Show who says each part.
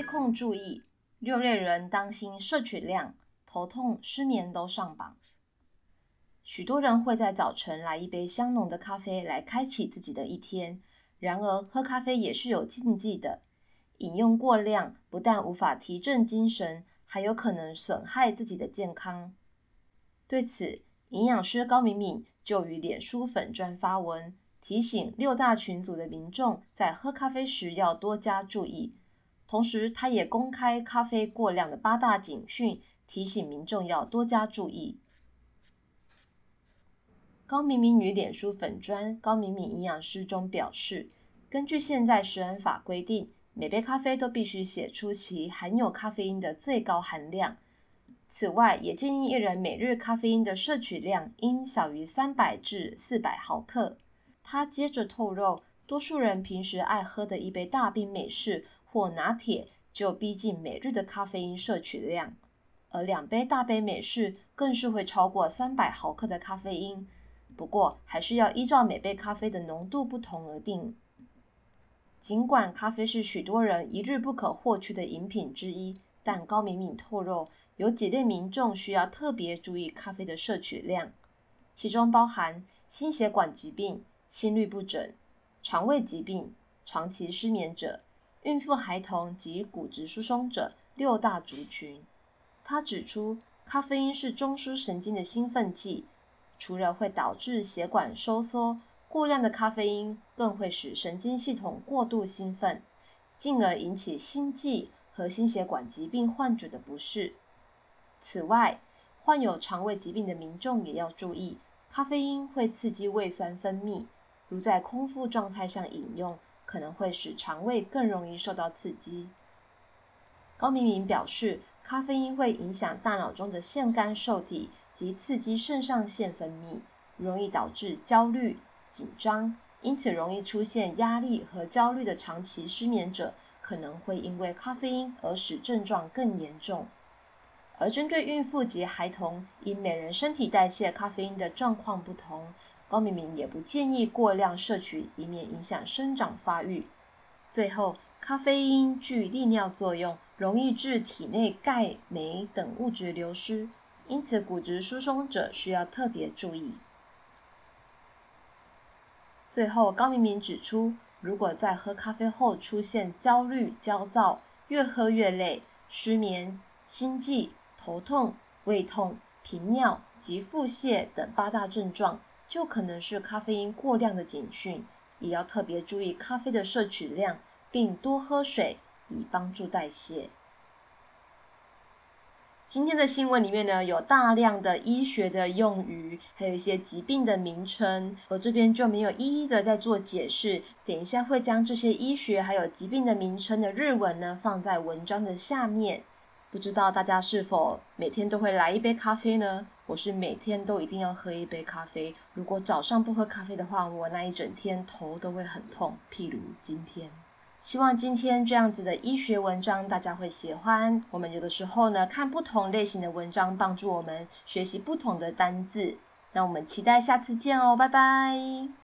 Speaker 1: 控注意，6类人当心摄取量，头痛、失眠都上榜。许多人会在早晨来一杯香浓的咖啡来开启自己的一天，然而喝咖啡也是有禁忌的，饮用过量不但无法提振精神，还有可能损害自己的健康。对此，营养师高敏敏就于脸书粉专发文，提醒6大群组的民众在喝咖啡时要多加注意。同时，他也公开咖啡过量的8大警讯，提醒民众要多加注意。高敏敏于脸书粉专高敏敏营养师中表示，根据现在食安法规定，每杯咖啡都必须写出其含有咖啡因的最高含量。此外，也建议一人每日咖啡因的摄取量应小于300至400毫克。他接着透露，多数人平时爱喝的一杯大冰美式或拿铁就逼近每日的咖啡因摄取量，而2杯大杯美式更是会超过300毫克的咖啡因。不过，还是要依照每杯咖啡的浓度不同而定。尽管咖啡是许多人一日不可或缺的饮品之一，但高敏敏透露，有几类民众需要特别注意咖啡的摄取量，其中包含心血管疾病、心律不整、肠胃疾病、长期失眠者、孕妇、孩童及骨质疏松者6大族群。他指出，咖啡因是中枢神经的兴奋剂，除了会导致血管收缩，过量的咖啡因更会使神经系统过度兴奋，进而引起心悸和心血管疾病患者的不适。此外，患有肠胃疾病的民众也要注意，咖啡因会刺激胃酸分泌，如在空腹状态下饮用，可能会使肠胃更容易受到刺激。高敏敏表示，咖啡因会影响大脑中的腺苷受体及刺激肾上腺分泌，容易导致焦虑、紧张，因此容易出现压力和焦虑的长期失眠者，可能会因为咖啡因而使症状更严重。而针对孕妇及孩童，因每人身体代谢咖啡因的状况不同，高敏敏也不建议过量摄取，以免影响生长发育。最后，咖啡因具利尿作用，容易致体内钙、镁等物质流失，因此骨质疏松者需要特别注意。最后，高敏敏指出，如果在喝咖啡后出现焦虑、焦躁、越喝越累、失眠、心悸、头痛、胃痛、频尿及腹泻等8大症状，就可能是咖啡因过量的警讯，也要特别注意咖啡的摄取量，并多喝水，以帮助代谢。今天的新闻里面呢，有大量的医学的用语，还有一些疾病的名称，我这边就没有一一的在做解释，等一下会将这些医学还有疾病的名称的日文呢放在文章的下面。不知道大家是否每天都会来一杯咖啡呢？我是每天都一定要喝一杯咖啡，如果早上不喝咖啡的话，我那一整天头都会很痛，譬如今天。希望今天这样子的医学文章大家会喜欢。我们有的时候呢，看不同类型的文章，帮助我们学习不同的单字。那我们期待下次见哦，拜拜。